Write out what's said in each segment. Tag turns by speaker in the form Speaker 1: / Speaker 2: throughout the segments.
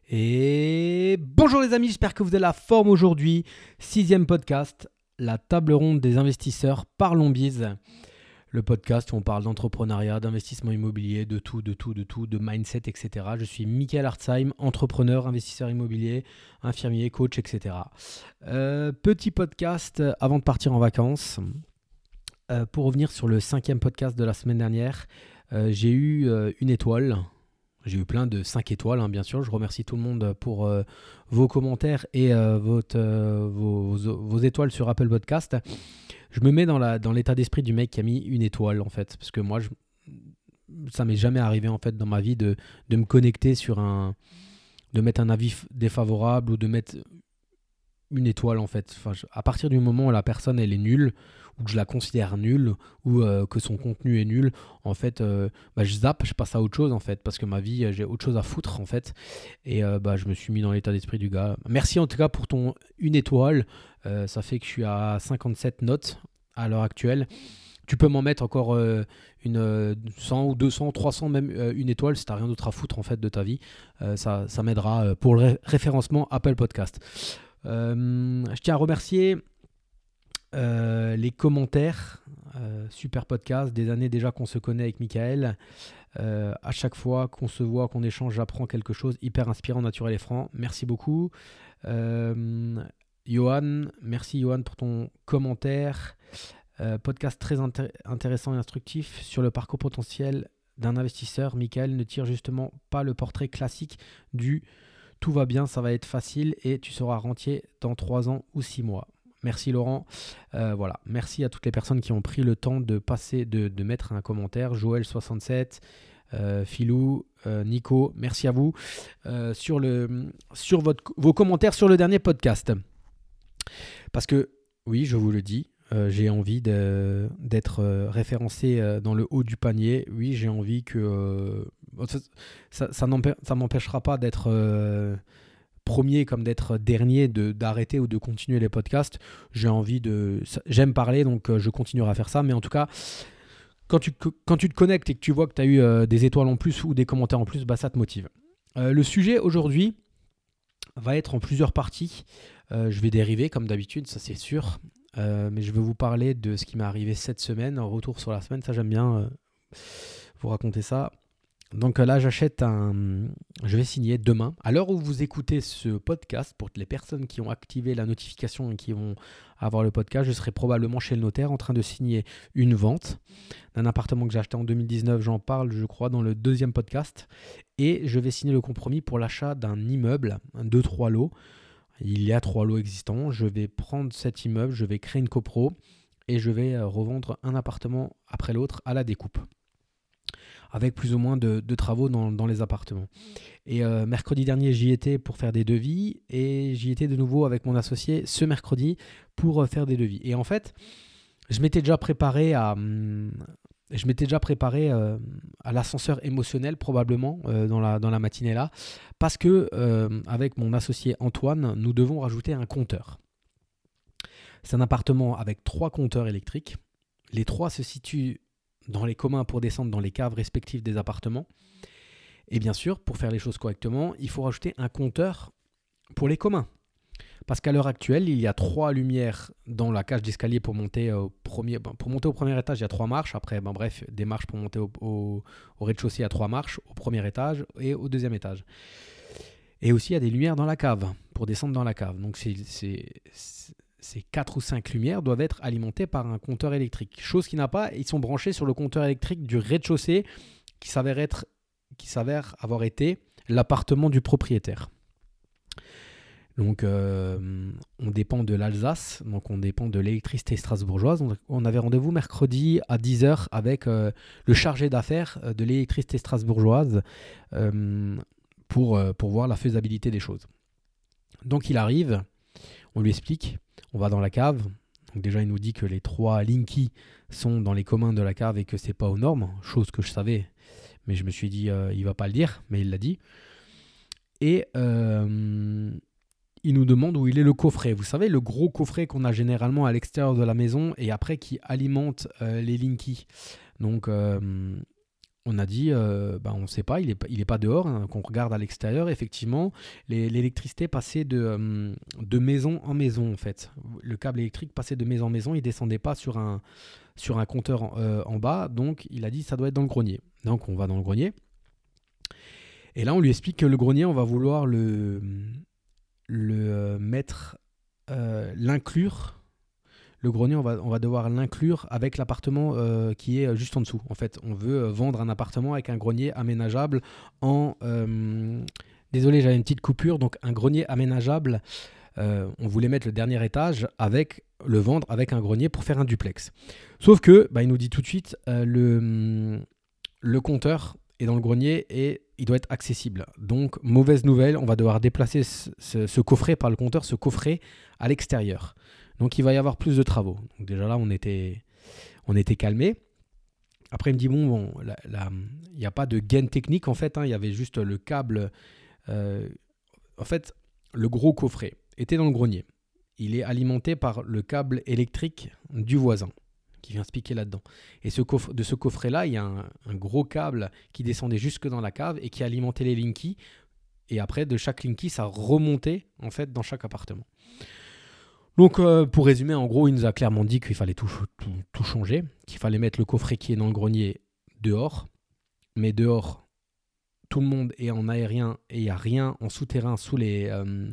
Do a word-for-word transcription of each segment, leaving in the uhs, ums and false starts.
Speaker 1: Et bonjour les amis, j'espère que vous avez la forme aujourd'hui. Sixième podcast, la table ronde des investisseurs Parlons Biz. Le podcast où on parle d'entrepreneuriat, d'investissement immobilier, de tout, de tout, de tout, de mindset, et cetera. Je suis Michael Hartzheim, entrepreneur, investisseur immobilier, infirmier, coach, et cetera. Euh, petit podcast avant de partir en vacances. Euh, pour revenir sur le cinquième podcast de la semaine dernière, euh, j'ai eu euh, une étoile. J'ai eu plein de cinq étoiles, hein, bien sûr. Je remercie tout le monde pour euh, vos commentaires et euh, votre, euh, vos, vos étoiles sur Apple Podcast. Je me mets dans, la, dans l'état d'esprit du mec qui a mis une étoile, en fait. Parce que moi, je, ça m'est jamais arrivé, en fait, dans ma vie de, de me connecter sur un... de mettre un avis défavorable ou de mettre une étoile, en fait. Enfin, je, à partir du moment où la personne, elle est nulle, ou que je la considère nulle, ou euh, que son contenu est nul, en fait, euh, bah, je zappe, je passe à autre chose, en fait, parce que ma vie, j'ai autre chose à foutre, en fait, et euh, bah, je me suis mis dans l'état d'esprit du gars. Merci en tout cas pour ton une étoile, euh, ça fait que je suis à cinquante-sept notes à l'heure actuelle. Tu peux m'en mettre encore euh, une euh, cent ou deux cents, trois cents, même euh, une étoile, si tu n'as rien d'autre à foutre, en fait, de ta vie. Euh, ça, ça m'aidera euh, pour le ré- référencement Apple Podcast. Euh, je tiens à remercier Euh, les commentaires, euh, super podcast, des années déjà qu'on se connaît avec Michael. Euh, à chaque fois qu'on se voit, qu'on échange, j'apprends quelque chose, hyper inspirant, naturel et franc. Merci beaucoup. Euh, Johan, merci Johan pour ton commentaire. Euh, podcast très intér- intéressant et instructif sur le parcours potentiel d'un investisseur. Michael ne tire justement pas le portrait classique du tout va bien, ça va être facile et tu seras rentier dans trois ans ou six mois. Merci Laurent. Euh, voilà. Merci à toutes les personnes qui ont pris le temps de passer, de, de mettre un commentaire. Joël soixante-sept, euh, Philou, euh, Nico, merci à vous euh, sur, le, sur votre, vos commentaires sur le dernier podcast. Parce que, oui, je vous le dis, euh, j'ai envie de, d'être euh, référencé euh, dans le haut du panier. Oui, j'ai envie que... Euh, ça, ça, ça, ça m'empêchera pas d'être... Euh, premier comme d'être dernier, de, d'arrêter ou de continuer les podcasts. J'ai envie de... J'aime parler, donc euh, je continuerai à faire ça. Mais en tout cas, quand tu, quand tu te connectes et que tu vois que tu as eu euh, des étoiles en plus ou des commentaires en plus, bah, ça te motive. Euh, le sujet aujourd'hui va être en plusieurs parties. Euh, je vais dériver comme d'habitude, ça c'est sûr. Euh, mais je vais vous parler de ce qui m'est arrivé cette semaine, en retour sur la semaine. Ça, j'aime bien euh, vous raconter ça. Donc là, j'achète un... Je vais signer demain. À l'heure où vous écoutez ce podcast, pour les personnes qui ont activé la notification et qui vont avoir le podcast, je serai probablement chez le notaire en train de signer une vente d'un appartement que j'ai acheté en deux mille dix-neuf. J'en parle, je crois, dans le deuxième podcast. Et je vais signer le compromis pour l'achat d'un immeuble, deux trois lots. Il y a trois lots existants. Je vais prendre cet immeuble, je vais créer une copro et je vais revendre un appartement après l'autre à la découpe, avec plus ou moins de, de travaux dans, dans les appartements. Et euh, mercredi dernier, j'y étais pour faire des devis, et j'y étais de nouveau avec mon associé ce mercredi pour euh, faire des devis. Et en fait, je m'étais déjà préparé à, hum, je m'étais déjà préparé euh, à l'ascenseur émotionnel probablement euh, dans, la, dans la matinée là, parce que euh, avec mon associé Antoine, nous devons rajouter un compteur. C'est un appartement avec trois compteurs électriques. Les trois se situent dans les communs pour descendre dans les caves respectives des appartements. Et bien sûr, pour faire les choses correctement, il faut rajouter un compteur pour les communs. Parce qu'à l'heure actuelle, il y a trois lumières dans la cage d'escalier pour monter au premier, pour monter au premier étage, il y a trois marches. Après, ben bref, des marches pour monter au, au, au rez-de-chaussée, il y a trois marches, au premier étage et au deuxième étage. Et aussi, il y a des lumières dans la cave, pour descendre dans la cave. Donc, c'est... c'est, c'est ces quatre ou cinq lumières doivent être alimentées par un compteur électrique. Chose qui n'a pas, ils sont branchés sur le compteur électrique du rez-de-chaussée qui s'avère, être, qui s'avère avoir été l'appartement du propriétaire. Donc, euh, on dépend de l'Alsace, donc on dépend de l'électricité strasbourgeoise. On avait rendez-vous mercredi à dix heures avec euh, le chargé d'affaires de l'électricité strasbourgeoise euh, pour, euh, pour voir la faisabilité des choses. Donc, il arrive, on lui explique. On va dans la cave. Donc déjà, il nous dit que les trois Linky sont dans les communs de la cave et que c'est pas aux normes, chose que je savais, mais je me suis dit, euh, il va pas le dire, mais il l'a dit. Et euh, il nous demande où il est le coffret. Vous savez, le gros coffret qu'on a généralement à l'extérieur de la maison et après qui alimente euh, les Linky. Donc, euh, on a dit, euh, bah, on ne sait pas, il n'est il est pas dehors, hein, qu'on regarde à l'extérieur, effectivement, les, l'électricité passait de, euh, de maison en maison, en fait. Le câble électrique passait de maison en maison, il ne descendait pas sur un, sur un compteur en, euh, en bas, donc il a dit, ça doit être dans le grenier. Donc on va dans le grenier, et là on lui explique que le grenier, on va vouloir le, le euh, mettre, euh, l'inclure. Le grenier, on va, on va devoir l'inclure avec l'appartement euh, qui est juste en dessous. En fait, on veut euh, vendre un appartement avec un grenier aménageable en... Euh, désolé, j'avais une petite coupure. Donc, un grenier aménageable, euh, on voulait mettre le dernier étage avec le vendre avec un grenier pour faire un duplex. Sauf que, bah, il nous dit tout de suite, euh, le, le compteur est dans le grenier et il doit être accessible. Donc, mauvaise nouvelle, on va devoir déplacer ce, ce, ce coffret par le compteur, ce coffret à l'extérieur. Donc, il va y avoir plus de travaux. Donc, déjà là, on était, on était calmé. Après, il me dit, bon, bon il n'y a pas de gain technique, en fait. Hein, il y avait juste le câble. Euh, en fait, le gros coffret était dans le grenier. Il est alimenté par le câble électrique du voisin qui vient se piquer là-dedans. Et ce coffre, de ce coffret-là, il y a un, un gros câble qui descendait jusque dans la cave et qui alimentait les Linky. Et après, de chaque Linky, ça remontait, en fait, dans chaque appartement. Donc, euh, pour résumer, en gros, il nous a clairement dit qu'il fallait tout, tout, tout changer, qu'il fallait mettre le coffret qui est dans le grenier dehors. Mais dehors, tout le monde est en aérien et il n'y a rien en souterrain sous, les, euh,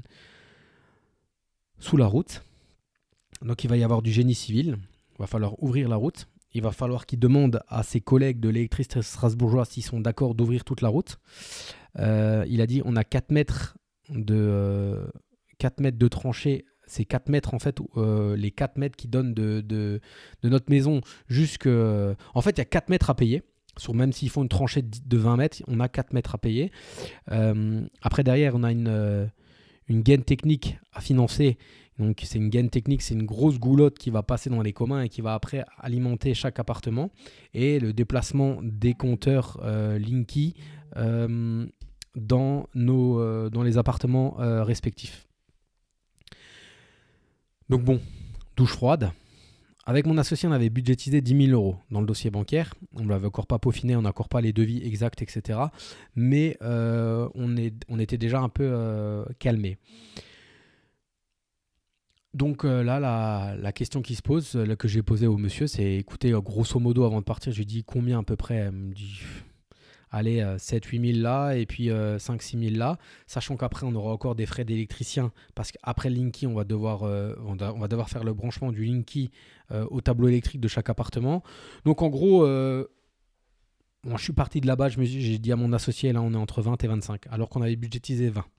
Speaker 1: sous la route. Donc, il va y avoir du génie civil. Il va falloir ouvrir la route. Il va falloir qu'il demande à ses collègues de l'électricité strasbourgeoise s'ils sont d'accord d'ouvrir toute la route. Euh, il a dit on a quatre mètres de, euh, quatre mètres de tranchée. C'est quatre mètres, en fait, euh, les quatre mètres qui donnent de, de, de notre maison jusque... En fait, il y a quatre mètres à payer. Sur, même s'ils font une tranchée de vingt mètres, on a quatre mètres à payer. Euh, après, derrière, on a une, euh, une gaine technique à financer. Donc, c'est une gaine technique, c'est une grosse goulotte qui va passer dans les communs et qui va après alimenter chaque appartement. Et le déplacement des compteurs euh, Linky euh, dans, nos, euh, dans les appartements euh, respectifs. Donc bon, douche froide. Avec mon associé, on avait budgétisé dix mille euros dans le dossier bancaire. On ne l'avait encore pas peaufiné, on n'a encore pas les devis exacts, et cetera. Mais euh, on, est, on était déjà un peu euh, calmé. Donc euh, là, la, la question qui se pose, là, que j'ai posée au monsieur, c'est écoutez, euh, grosso modo, avant de partir, je lui dis combien à peu près. Elle me dit allez, euh, sept à huit mille là, et puis euh, cinq à six mille là, sachant qu'après, on aura encore des frais d'électricien, parce qu'après le Linky, on va devoir, euh, on, da, on va devoir faire le branchement du Linky euh, au tableau électrique de chaque appartement. Donc en gros, euh, bon, je suis parti de là-bas, je me, j'ai dit à mon associé, là on est entre vingt et vingt-cinq, alors qu'on avait budgétisé vingt.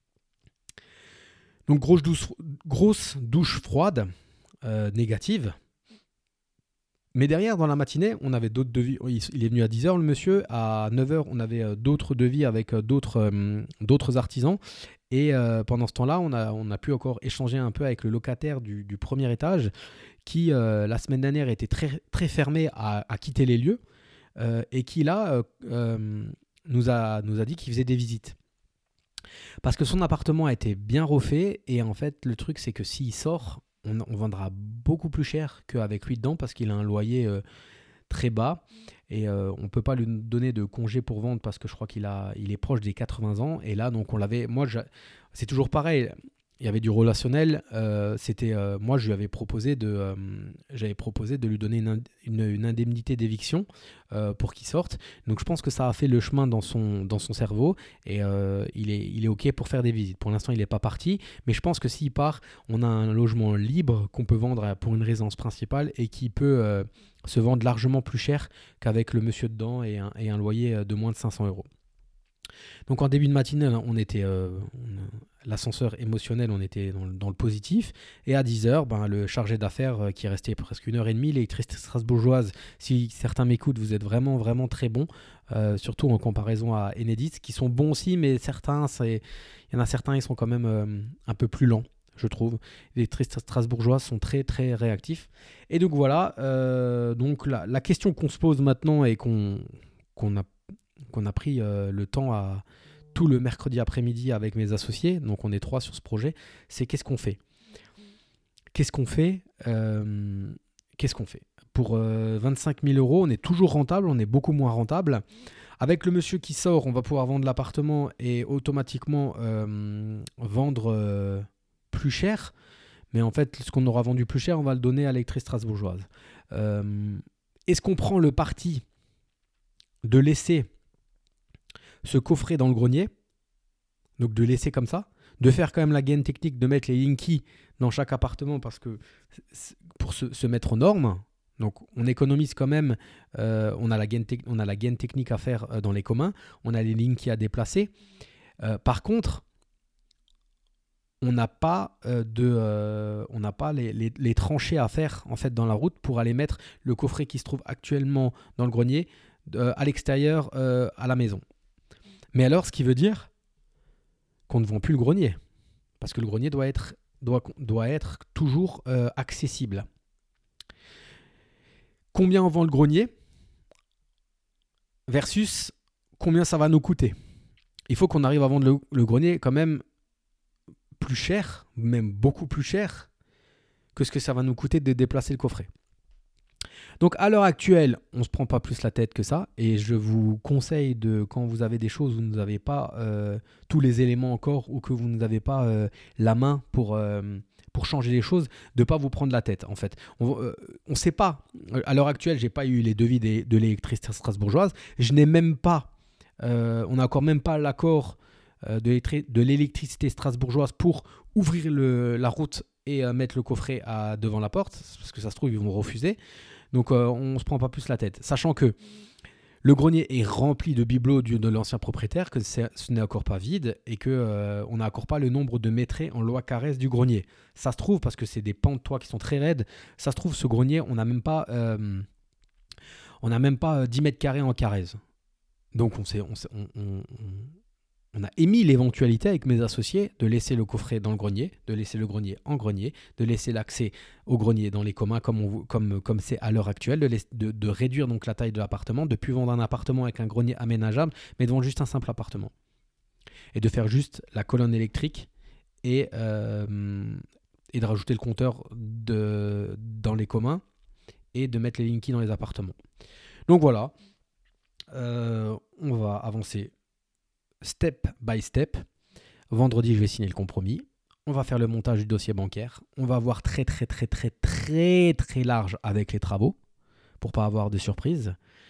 Speaker 1: Donc grosse douche, grosse douche froide, euh, négative. Mais derrière, dans la matinée, on avait d'autres devis. Il est venu à dix heures, le monsieur. À neuf heures, on avait d'autres devis avec d'autres, euh, d'autres artisans. Et euh, pendant ce temps-là, on a, on a pu encore échanger un peu avec le locataire du, du premier étage qui, euh, la semaine dernière, était très, très fermé à, à quitter les lieux euh, et qui, là, euh, euh, nous, a, nous a dit qu'il faisait des visites. Parce que son appartement a été bien refait. Et en fait, le truc, c'est que s'il sort... On, on vendra beaucoup plus cher qu'avec lui dedans parce qu'il a un loyer euh, très bas et euh, on ne peut pas lui donner de congé pour vendre parce que je crois qu'il a, il est proche des quatre-vingts ans. Et là, donc, on l'avait. Moi, je, c'est toujours pareil. Il y avait du relationnel. Euh, c'était, euh, moi, je lui avais proposé de, euh, j'avais proposé de lui donner une, une, une indemnité d'éviction euh, pour qu'il sorte. Donc, je pense que ça a fait le chemin dans son, dans son cerveau et euh, il est, il est OK pour faire des visites. Pour l'instant, il n'est pas parti, mais je pense que s'il part, on a un logement libre qu'on peut vendre pour une résidence principale et qui peut euh, se vendre largement plus cher qu'avec le monsieur dedans et un, et un loyer de moins de cinq cents euros. Donc en début de matinée, on était, euh, on, l'ascenseur émotionnel, on était dans, dans le positif. Et à dix heures, ben, le chargé d'affaires euh, qui est resté presque une heure et demie, l'électricité strasbourgeoise, si certains m'écoutent, vous êtes vraiment, vraiment très bons, euh, surtout en comparaison à Enedis, qui sont bons aussi, mais certains, c'est, il y en a certains, ils sont quand même euh, un peu plus lents, je trouve. Les électricités strasbourgeoises sont très, très réactifs. Et donc voilà, euh, donc la, la question qu'on se pose maintenant et qu'on, qu'on a qu'on a pris euh, le temps à tout le mercredi après-midi avec mes associés, donc on est trois sur ce projet, c'est qu'est-ce qu'on fait Qu'est-ce qu'on fait euh, Qu'est-ce qu'on fait pour euh, vingt-cinq mille euros, on est toujours rentable, on est beaucoup moins rentable. Avec le monsieur qui sort, on va pouvoir vendre l'appartement et automatiquement euh, vendre euh, plus cher. Mais en fait, ce qu'on aura vendu plus cher, on va le donner à l'électrice strasbourgeoise. Euh, est-ce qu'on prend le parti de laisser ce coffret dans le grenier, donc de laisser comme ça, de faire quand même la gaine technique, de mettre les Linky dans chaque appartement parce que pour se, se mettre aux normes, donc on économise quand même, euh, on, a la gaine te- on a la gaine technique à faire euh, dans les communs, on a les Linky à déplacer. Euh, par contre, on n'a pas, euh, de, euh, on n'a pas les, les, les tranchées à faire en fait, dans la route pour aller mettre le coffret qui se trouve actuellement dans le grenier euh, à l'extérieur euh, à la maison. Mais alors, ce qui veut dire qu'on ne vend plus le grenier parce que le grenier doit être, doit, doit être toujours euh, accessible. Combien on vend le grenier versus combien ça va nous coûter. Il faut qu'on arrive à vendre le, le grenier quand même plus cher, même beaucoup plus cher que ce que ça va nous coûter de déplacer le coffret. Donc à l'heure actuelle, on ne se prend pas plus la tête que ça et je vous conseille de, quand vous avez des choses où vous n'avez pas euh, tous les éléments encore ou que vous n'avez pas euh, la main pour, euh, pour changer les choses, de ne pas vous prendre la tête en fait. On ne euh, sait pas, à l'heure actuelle, je n'ai pas eu les devis des, de l'électricité strasbourgeoise, je n'ai même pas, euh, on n'a encore même pas l'accord euh, de, de l'électricité strasbourgeoise pour ouvrir le, la route et euh, mettre le coffret à, devant la porte, parce que ça se trouve, ils vont refuser. Donc euh, on ne se prend pas plus la tête. Sachant que le grenier est rempli de bibelots de l'ancien propriétaire, que ce n'est encore pas vide et qu'on euh, n'a encore pas le nombre de mètres en loi Carrez du grenier. Ça se trouve, parce que c'est des pans de toit qui sont très raides, ça se trouve, ce grenier, on n'a même pas, euh, on n'a même pas dix mètres carrés en Carrez. Donc on, s'est, on, s'est, on, on, on a émis l'éventualité avec mes associés de laisser le coffret dans le grenier, de laisser le grenier en grenier, de laisser l'accès au grenier dans les communs comme, on, comme, comme c'est à l'heure actuelle, de, laisser, de, de réduire donc la taille de l'appartement, de ne plus vendre un appartement avec un grenier aménageable, mais de vendre juste un simple appartement. Et de faire juste la colonne électrique et, euh, et de rajouter le compteur de, dans les communs et de mettre les Linky dans les appartements. Donc voilà, euh, on va avancer step by step. Vendredi, je vais signer le compromis. On va faire le montage du dossier bancaire. On va voir très, très, très, très, très, très large avec les travaux pour pas avoir de surprises.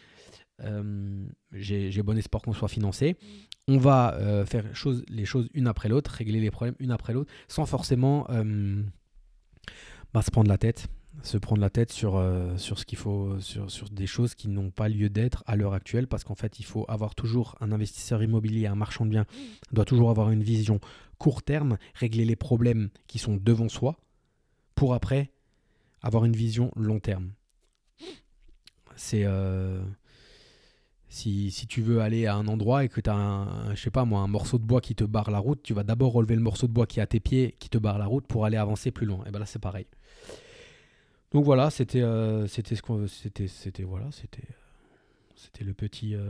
Speaker 1: Euh, j'ai, j'ai bon espoir qu'on soit financé. On va euh, faire chose, les choses une après l'autre, régler les problèmes une après l'autre, sans forcément euh, bah, se prendre la tête. se prendre la tête sur, euh, sur ce qu'il faut, sur, sur des choses qui n'ont pas lieu d'être à l'heure actuelle, parce qu'en fait, il faut avoir toujours un investisseur immobilier, un marchand de biens, doit toujours avoir une vision court terme, régler les problèmes qui sont devant soi, pour après avoir une vision long terme. C'est euh, si, si tu veux aller à un endroit et que tu as un, un, je sais pas moi, un morceau de bois qui te barre la route, tu vas d'abord relever le morceau de bois qui est à tes pieds, qui te barre la route, pour aller avancer plus loin. Et ben là, c'est pareil. Donc voilà, c'était euh, c'était ce qu'on c'était c'était voilà, c'était c'était le petit euh,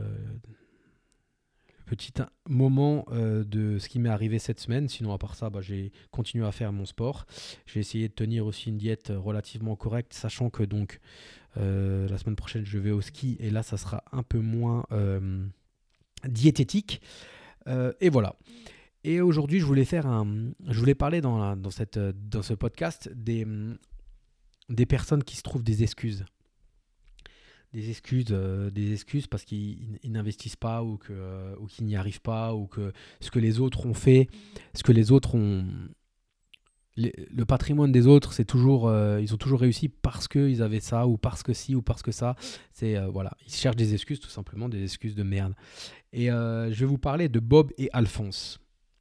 Speaker 1: le petit moment euh, de ce qui m'est arrivé cette semaine. Sinon à part ça, bah, j'ai continué à faire mon sport. J'ai essayé de tenir aussi une diète relativement correcte, sachant que donc euh, la semaine prochaine je vais au ski et là ça sera un peu moins euh, diététique. Euh, et voilà. Et aujourd'hui je voulais faire un, je voulais parler dans la, dans cette dans ce podcast des des personnes qui se trouvent des excuses. Des excuses, euh, des excuses parce qu'ils ils n'investissent pas ou, que, euh, ou qu'ils n'y arrivent pas ou que ce que les autres ont fait, ce que les autres ont... Les, le patrimoine des autres, c'est toujours, euh, ils ont toujours réussi parce qu'ils avaient ça ou parce que ci ou parce que ça. C'est, euh, voilà, ils cherchent des excuses tout simplement, des excuses de merde. Et euh, je vais vous parler de Bob et Alphonse.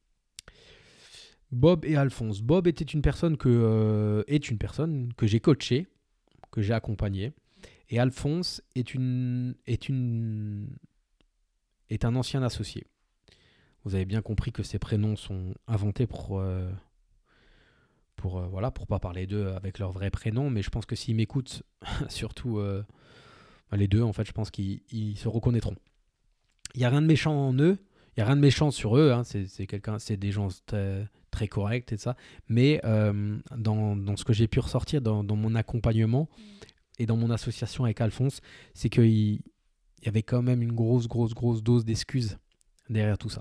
Speaker 1: Bob et Alphonse. Bob était une personne que, euh, est une personne que j'ai coachée, que j'ai accompagnée. Et Alphonse est, une, est, une, est un ancien associé. Vous avez bien compris que ces prénoms sont inventés pour euh, pour euh, voilà, pour pas parler d'eux avec leur vrai prénom. Mais je pense que s'ils m'écoutent, surtout euh, les deux, en fait, je pense qu'ils ils se reconnaîtront. Il n'y a rien de méchant en eux. Il n'y a rien de méchant sur eux. Hein. C'est, c'est, quelqu'un, c'est des gens très... très correct et ça, mais euh, dans, dans ce que j'ai pu ressortir dans, dans mon accompagnement, et dans mon association avec Alphonse, c'est qu'il il y avait quand même une grosse, grosse, grosse dose d'excuses derrière tout ça.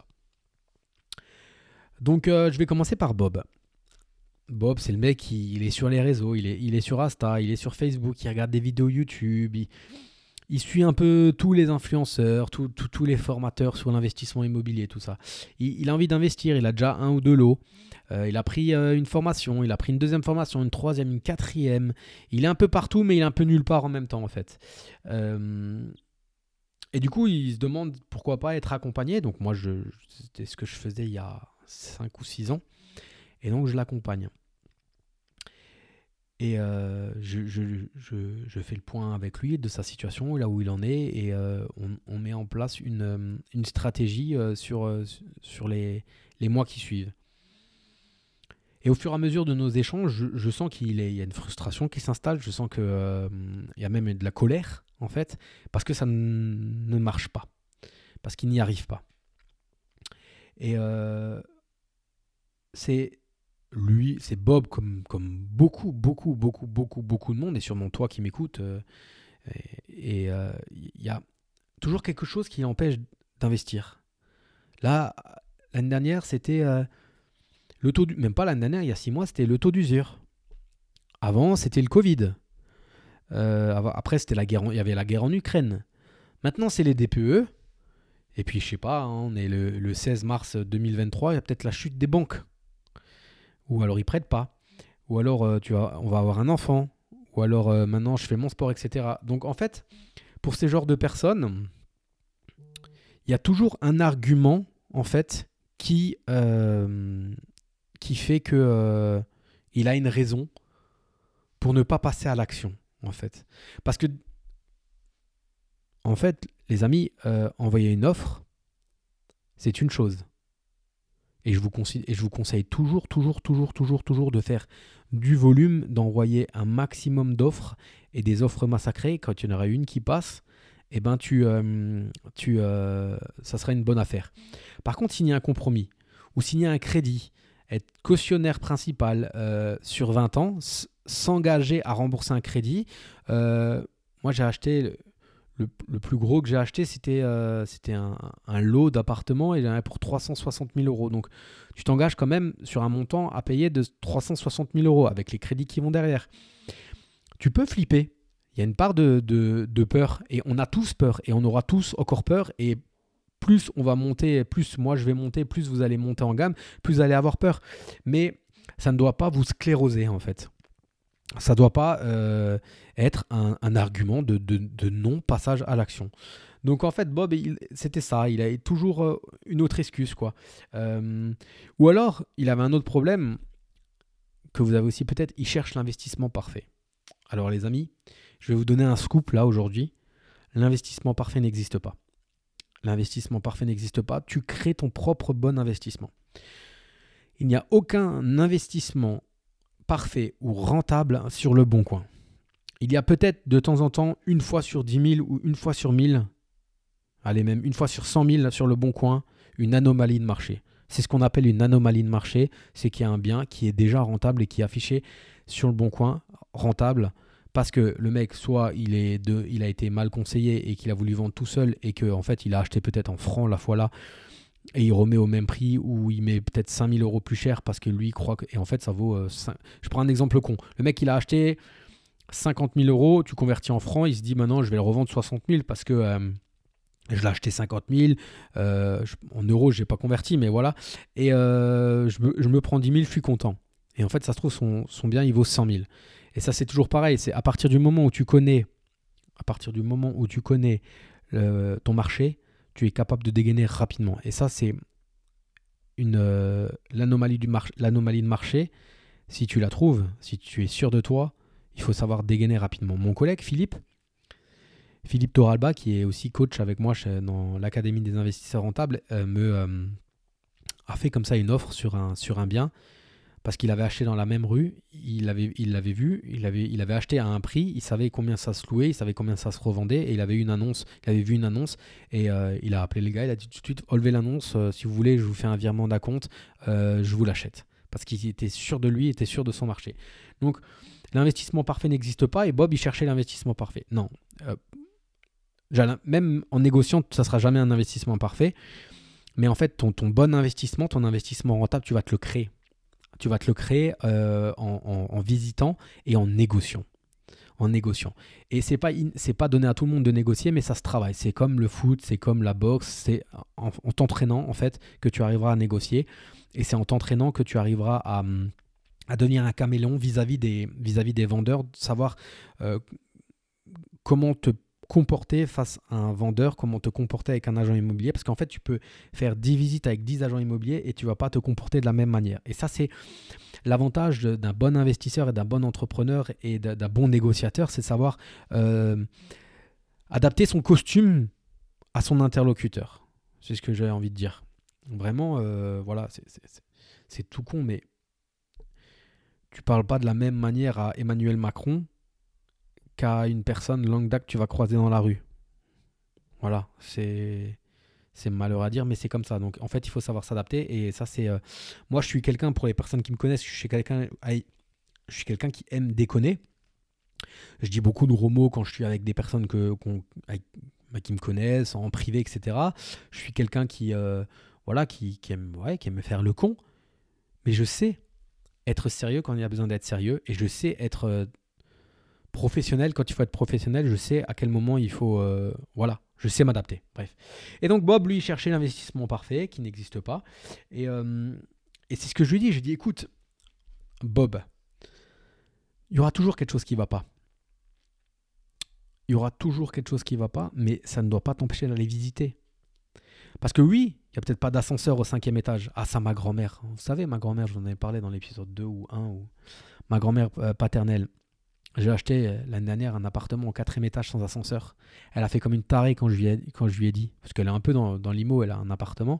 Speaker 1: Donc, euh, je vais commencer par Bob. Bob, c'est le mec, il, il est sur les réseaux, il est, il est sur Insta, il est sur Facebook, il regarde des vidéos YouTube, il, il suit un peu tous les influenceurs, tout, tout, tous les formateurs sur l'investissement immobilier, tout ça. Il, il a envie d'investir, il a déjà un ou deux lots. Euh, il a pris euh, une formation, il a pris une deuxième formation, une troisième, une quatrième. Il est un peu partout, mais il est un peu nulle part en même temps, en fait. Euh, et du coup, il se demande pourquoi pas être accompagné. Donc moi, je, c'était ce que je faisais il y a cinq ou six ans. Et donc, je l'accompagne. Et euh, je, je, je, je fais le point avec lui de sa situation, là où il en est, et euh, on, on met en place une, une stratégie euh, sur, euh, sur les, les mois qui suivent. Et au fur et à mesure de nos échanges, je, je sens qu'il est, il y a une frustration qui s'installe, je sens qu'il euh, y a même de la colère, en fait, parce que ça n- ne marche pas, parce qu'il n'y arrive pas. Et euh, c'est... Lui, c'est Bob, comme, comme beaucoup, beaucoup, beaucoup, beaucoup, beaucoup de monde, et sûrement toi qui m'écoutes. Euh, et il euh, y a toujours quelque chose qui l'empêche d'investir. Là, l'année dernière, c'était euh, le taux, du, même pas l'année dernière, il y a six mois, c'était le taux d'usure. Avant, c'était le Covid. Euh, après, c'était la guerre, en, il y avait la guerre en Ukraine. Maintenant, c'est les D P E. Et puis, je sais pas, hein, on est le, le seize mars deux mille vingt-trois, il y a peut-être la chute des banques. Ou alors, ils prêtent pas. Ou alors, euh, tu vas, on va avoir un enfant. Ou alors, euh, maintenant, je fais mon sport, et cetera. Donc, en fait, pour ces genres de personnes, il y a toujours un argument, en fait, qui, euh, qui fait que euh, il a une raison pour ne pas passer à l'action, en fait. Parce que, en fait, les amis, euh, envoyer une offre, c'est une chose. Et je, vous conseille, et je vous conseille toujours, toujours, toujours, toujours, toujours de faire du volume, d'envoyer un maximum d'offres et des offres massacrées. Quand il y en aura une qui passe, eh ben tu, euh, tu, euh, ça sera une bonne affaire. Par contre, signer un compromis ou signer un crédit, être cautionnaire principal euh, sur vingt ans, s- s'engager à rembourser un crédit. Euh, moi, j'ai acheté... Le, le, le plus gros que j'ai acheté, c'était, euh, c'était un, un lot d'appartements et il y en avait pour trois cent soixante mille euros. Donc, tu t'engages quand même sur un montant à payer de trois cent soixante mille euros avec les crédits qui vont derrière. Tu peux flipper. Il y a une part de, de, de peur et on a tous peur et on aura tous encore peur. Et plus on va monter, plus moi je vais monter, plus vous allez monter en gamme, plus vous allez avoir peur. Mais ça ne doit pas vous scléroser en fait. Ça ne doit pas euh, être un, un argument de, de, de non-passage à l'action. Donc en fait, Bob, il, c'était ça. Il avait toujours euh, une autre excuse, quoi. Euh, ou alors, il avait un autre problème que vous avez aussi peut-être. Il cherche l'investissement parfait. Alors les amis, je vais vous donner un scoop là aujourd'hui. L'investissement parfait n'existe pas. L'investissement parfait n'existe pas. Tu crées ton propre bon investissement. Il n'y a aucun investissement parfait ou rentable sur le bon coin. Il y a peut-être de temps en temps, une fois sur dix mille ou une fois sur mille, allez même une fois sur cent mille sur le bon coin, une anomalie de marché. C'est ce qu'on appelle une anomalie de marché, c'est qu'il y a un bien qui est déjà rentable et qui est affiché sur le bon coin, rentable, parce que le mec, soit il, est de, il a été mal conseillé et qu'il a voulu vendre tout seul et qu'en en fait il a acheté peut-être en francs la fois là, et il remet au même prix ou il met peut-être cinq mille euros plus cher parce que lui croit que... Et en fait, ça vaut... Euh, cinq... Je prends un exemple con. Le mec, il a acheté cinquante mille euros, tu convertis en francs, il se dit maintenant, je vais le revendre soixante mille parce que euh, je l'ai acheté cinquante mille. Euh, je... En euros, je n'ai pas converti, mais voilà. Et euh, je, me... je me prends dix mille, je suis content. Et en fait, ça se trouve, son, son bien, il vaut cent mille. Et ça, c'est toujours pareil. C'est à partir du moment où tu connais, à partir du moment où tu connais euh, ton marché, tu es capable de dégainer rapidement. Et ça, c'est une, euh, l'anomalie, du mar- l'anomalie de marché. Si tu la trouves, si tu es sûr de toi, il faut savoir dégainer rapidement. Mon collègue Philippe, Philippe Toralba, qui est aussi coach avec moi dans l'Académie des investisseurs rentables, euh, me, euh, a fait comme ça une offre sur un, sur un bien parce qu'il avait acheté dans la même rue, il l'avait il l'avait vu, il avait, il avait acheté à un prix, il savait combien ça se louait, il savait combien ça se revendait, et il avait, une annonce, il avait vu une annonce, et euh, il a appelé les gars, il a dit tout de suite, enlevez l'annonce, euh, si vous voulez, je vous fais un virement d'acompte, euh, je vous l'achète. parce qu'il était sûr de lui, était sûr de son marché. Donc, l'investissement parfait n'existe pas et Bob, il cherchait l'investissement parfait. Non. Euh, même en négociant, ça ne sera jamais un investissement parfait. Mais en fait, ton, ton bon investissement, ton investissement rentable, tu vas te le créer. Tu vas te le créer euh, en, en, en visitant et en négociant. En négociant. Et c'est pas, c'est pas donné à tout le monde de négocier, mais ça se travaille. C'est comme le foot, c'est comme la boxe, c'est en, en t'entraînant en fait que tu arriveras à négocier. Et c'est en t'entraînant que tu arriveras à, à devenir un caméléon vis-à-vis des, vis-à-vis des vendeurs, de savoir euh, comment te comporter face à un vendeur, comment te comporter avec un agent immobilier, parce qu'en fait tu peux faire dix visites avec dix agents immobiliers et tu ne vas pas te comporter de la même manière. Et ça, c'est l'avantage d'un bon investisseur et d'un bon entrepreneur et d'un bon négociateur, c'est savoir euh, adapter son costume à son interlocuteur. C'est ce que j'ai envie de dire. Vraiment, euh, voilà, c'est, c'est, c'est, c'est tout con, mais tu parles pas de la même manière à Emmanuel Macron qu'à une personne lambda que tu vas croiser dans la rue. Voilà, c'est, c'est malheureux à dire, mais c'est comme ça. Donc, en fait, il faut savoir s'adapter. Et ça, c'est... Euh, moi, je suis quelqu'un, pour les personnes qui me connaissent, je suis quelqu'un, je suis quelqu'un qui aime déconner. Je dis beaucoup de gros mots quand je suis avec des personnes que, qu'on, avec, bah, qui me connaissent, en privé, et cetera. Je suis quelqu'un qui, euh, voilà, qui, qui, aime, ouais, qui aime faire le con. Mais je sais être sérieux quand il y a besoin d'être sérieux. Et je sais être... Euh, professionnel, quand il faut être professionnel, je sais à quel moment il faut... Euh, voilà, je sais m'adapter. Bref. Et donc Bob, lui, cherchait l'investissement parfait qui n'existe pas. Et, euh, et c'est ce que je lui dis. Je lui dis, écoute, Bob, il y aura toujours quelque chose qui ne va pas. Il y aura toujours quelque chose qui ne va pas, mais ça ne doit pas t'empêcher d'aller visiter. Parce que oui, il n'y a peut-être pas d'ascenseur au cinquième étage. Ah, ça, ma grand-mère. Vous savez, ma grand-mère, je vous en avais parlé dans l'épisode deux ou un, ou ma grand-mère euh, paternelle. J'ai acheté l'année dernière un appartement au quatrième étage sans ascenseur. Elle a fait comme une tarée quand je lui ai, quand je lui ai dit. Parce qu'elle est un peu dans, dans l'I M O, elle a un appartement.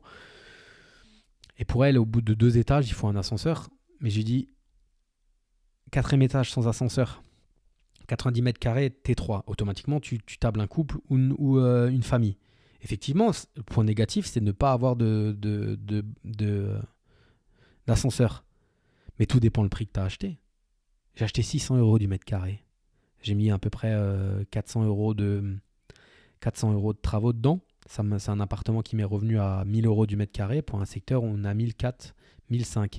Speaker 1: Et pour elle, au bout de deux étages, il faut un ascenseur. Mais j'ai dit, quatrième étage sans ascenseur, quatre-vingt-dix mètres carrés, T trois. Automatiquement, tu, tu tables un couple ou, une, ou euh, une famille. Effectivement, le point négatif, c'est de ne pas avoir de, de, de, de, d'ascenseur. Mais tout dépend le prix que tu as acheté. J'ai acheté six cents euros du mètre carré. J'ai mis à peu près euh, quatre cents euros de, quatre cents euros de travaux dedans. Ça, c'est un appartement qui m'est revenu à mille euros du mètre carré. Pour un secteur, on a mille quatre, mille cinq.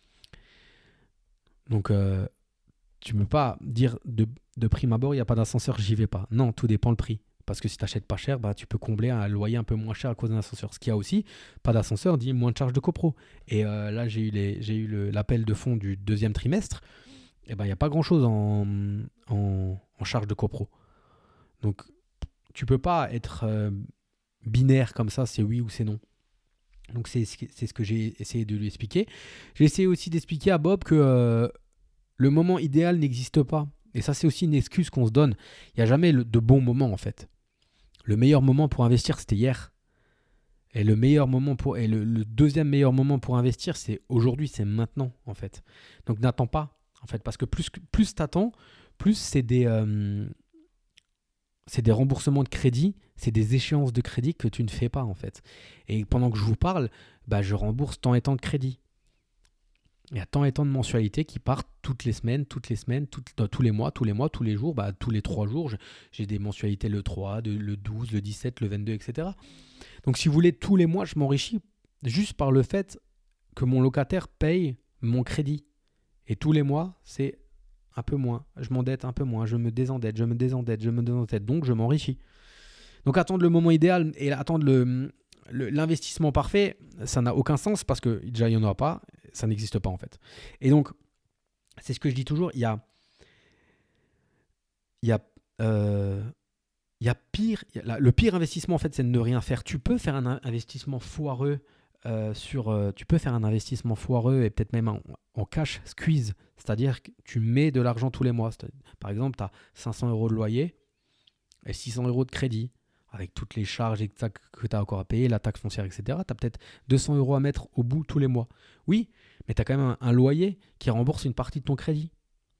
Speaker 1: Donc, euh, tu ne peux pas dire de, de prime abord, il n'y a pas d'ascenseur, j'y vais pas. Non, tout dépend le prix. Parce que si tu n'achètes pas cher, bah, tu peux combler un loyer un peu moins cher à cause d'un ascenseur. Ce qu'il y a aussi, pas d'ascenseur, dit moins de charges de copro. Et euh, là, j'ai eu, les, j'ai eu le, l'appel de fonds du deuxième trimestre. Et ben, il n'y a pas grand-chose en, en, en charge de copro. Donc, tu peux pas être euh, binaire comme ça, c'est oui ou c'est non. Donc, c'est, c'est ce que j'ai essayé de lui expliquer. J'ai essayé aussi d'expliquer à Bob que euh, le moment idéal n'existe pas. Et ça, c'est aussi une excuse qu'on se donne. Il n'y a jamais le, de bon moment, en fait. Le meilleur moment pour investir, c'était hier. Et le meilleur moment pour et le, le deuxième meilleur moment pour investir, c'est aujourd'hui, c'est maintenant, en fait. Donc, n'attends pas. En fait, parce que plus, plus tu attends, plus c'est des, euh, c'est des remboursements de crédit, c'est des échéances de crédit que tu ne fais pas en fait. Et pendant que je vous parle, bah, je rembourse tant et tant de crédit. Il y a tant et tant de mensualités qui partent toutes les semaines, toutes les semaines, toutes, tous les mois, tous les mois, tous les jours, bah, tous les trois jours. J'ai des mensualités le trois, le douze, le dix-sept, le vingt-deux, et cetera. Donc si vous voulez, tous les mois, je m'enrichis juste par le fait que mon locataire paye mon crédit. Et tous les mois, c'est un peu moins. Je m'endette un peu moins. Je me désendette, je me désendette, je me désendette. Donc, je m'enrichis. Donc, attendre le moment idéal et attendre le, le, l'investissement parfait, ça n'a aucun sens parce que déjà, il n'y en aura pas. Ça n'existe pas, en fait. Et donc, c'est ce que je dis toujours. Il y a, il y a, euh, il y a pire. Il y a, le pire investissement, en fait, c'est de ne rien faire. Tu peux faire un investissement foireux. Euh, sur, euh, tu peux faire un investissement foireux et peut-être même en, en cash squeeze, c'est-à-dire que tu mets de l'argent tous les mois. Par exemple, tu as cinq cents euros de loyer et six cents euros de crédit, avec toutes les charges que tu as encore à payer, la taxe foncière, et cetera. Tu as peut-être deux cents euros à mettre au bout tous les mois. Oui, mais tu as quand même un, un loyer qui rembourse une partie de ton crédit.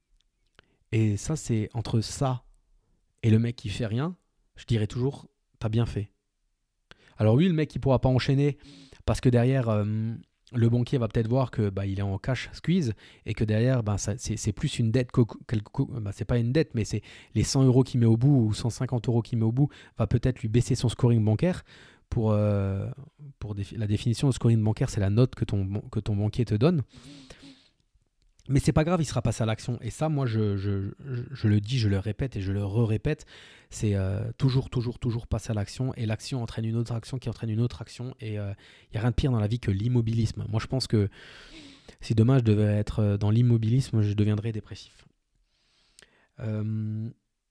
Speaker 1: Et ça, c'est entre ça et le mec qui fait rien, je dirais toujours, tu as bien fait. Alors oui, le mec, il ne pourra pas enchaîner parce que derrière, euh, le banquier va peut-être voir que bah, il est en cash squeeze et que derrière, bah, ça, c'est, c'est plus une dette, que, que, que, bah, c'est pas une dette, mais c'est les cent euros qu'il met au bout ou cent cinquante euros qu'il met au bout va peut-être lui baisser son scoring bancaire. Pour, euh, pour défi- la définition de scoring bancaire, c'est la note que ton, que ton banquier te donne. Mais c'est pas grave, il sera passé à l'action. Et ça, moi, je, je, je, je le dis, je le répète et je le re-répète, c'est euh, toujours, toujours, toujours passer à l'action. Et l'action entraîne une autre action qui entraîne une autre action. Et il euh, n'y a rien de pire dans la vie que l'immobilisme. Moi, je pense que si demain je devais être dans l'immobilisme, je deviendrais dépressif. Euh,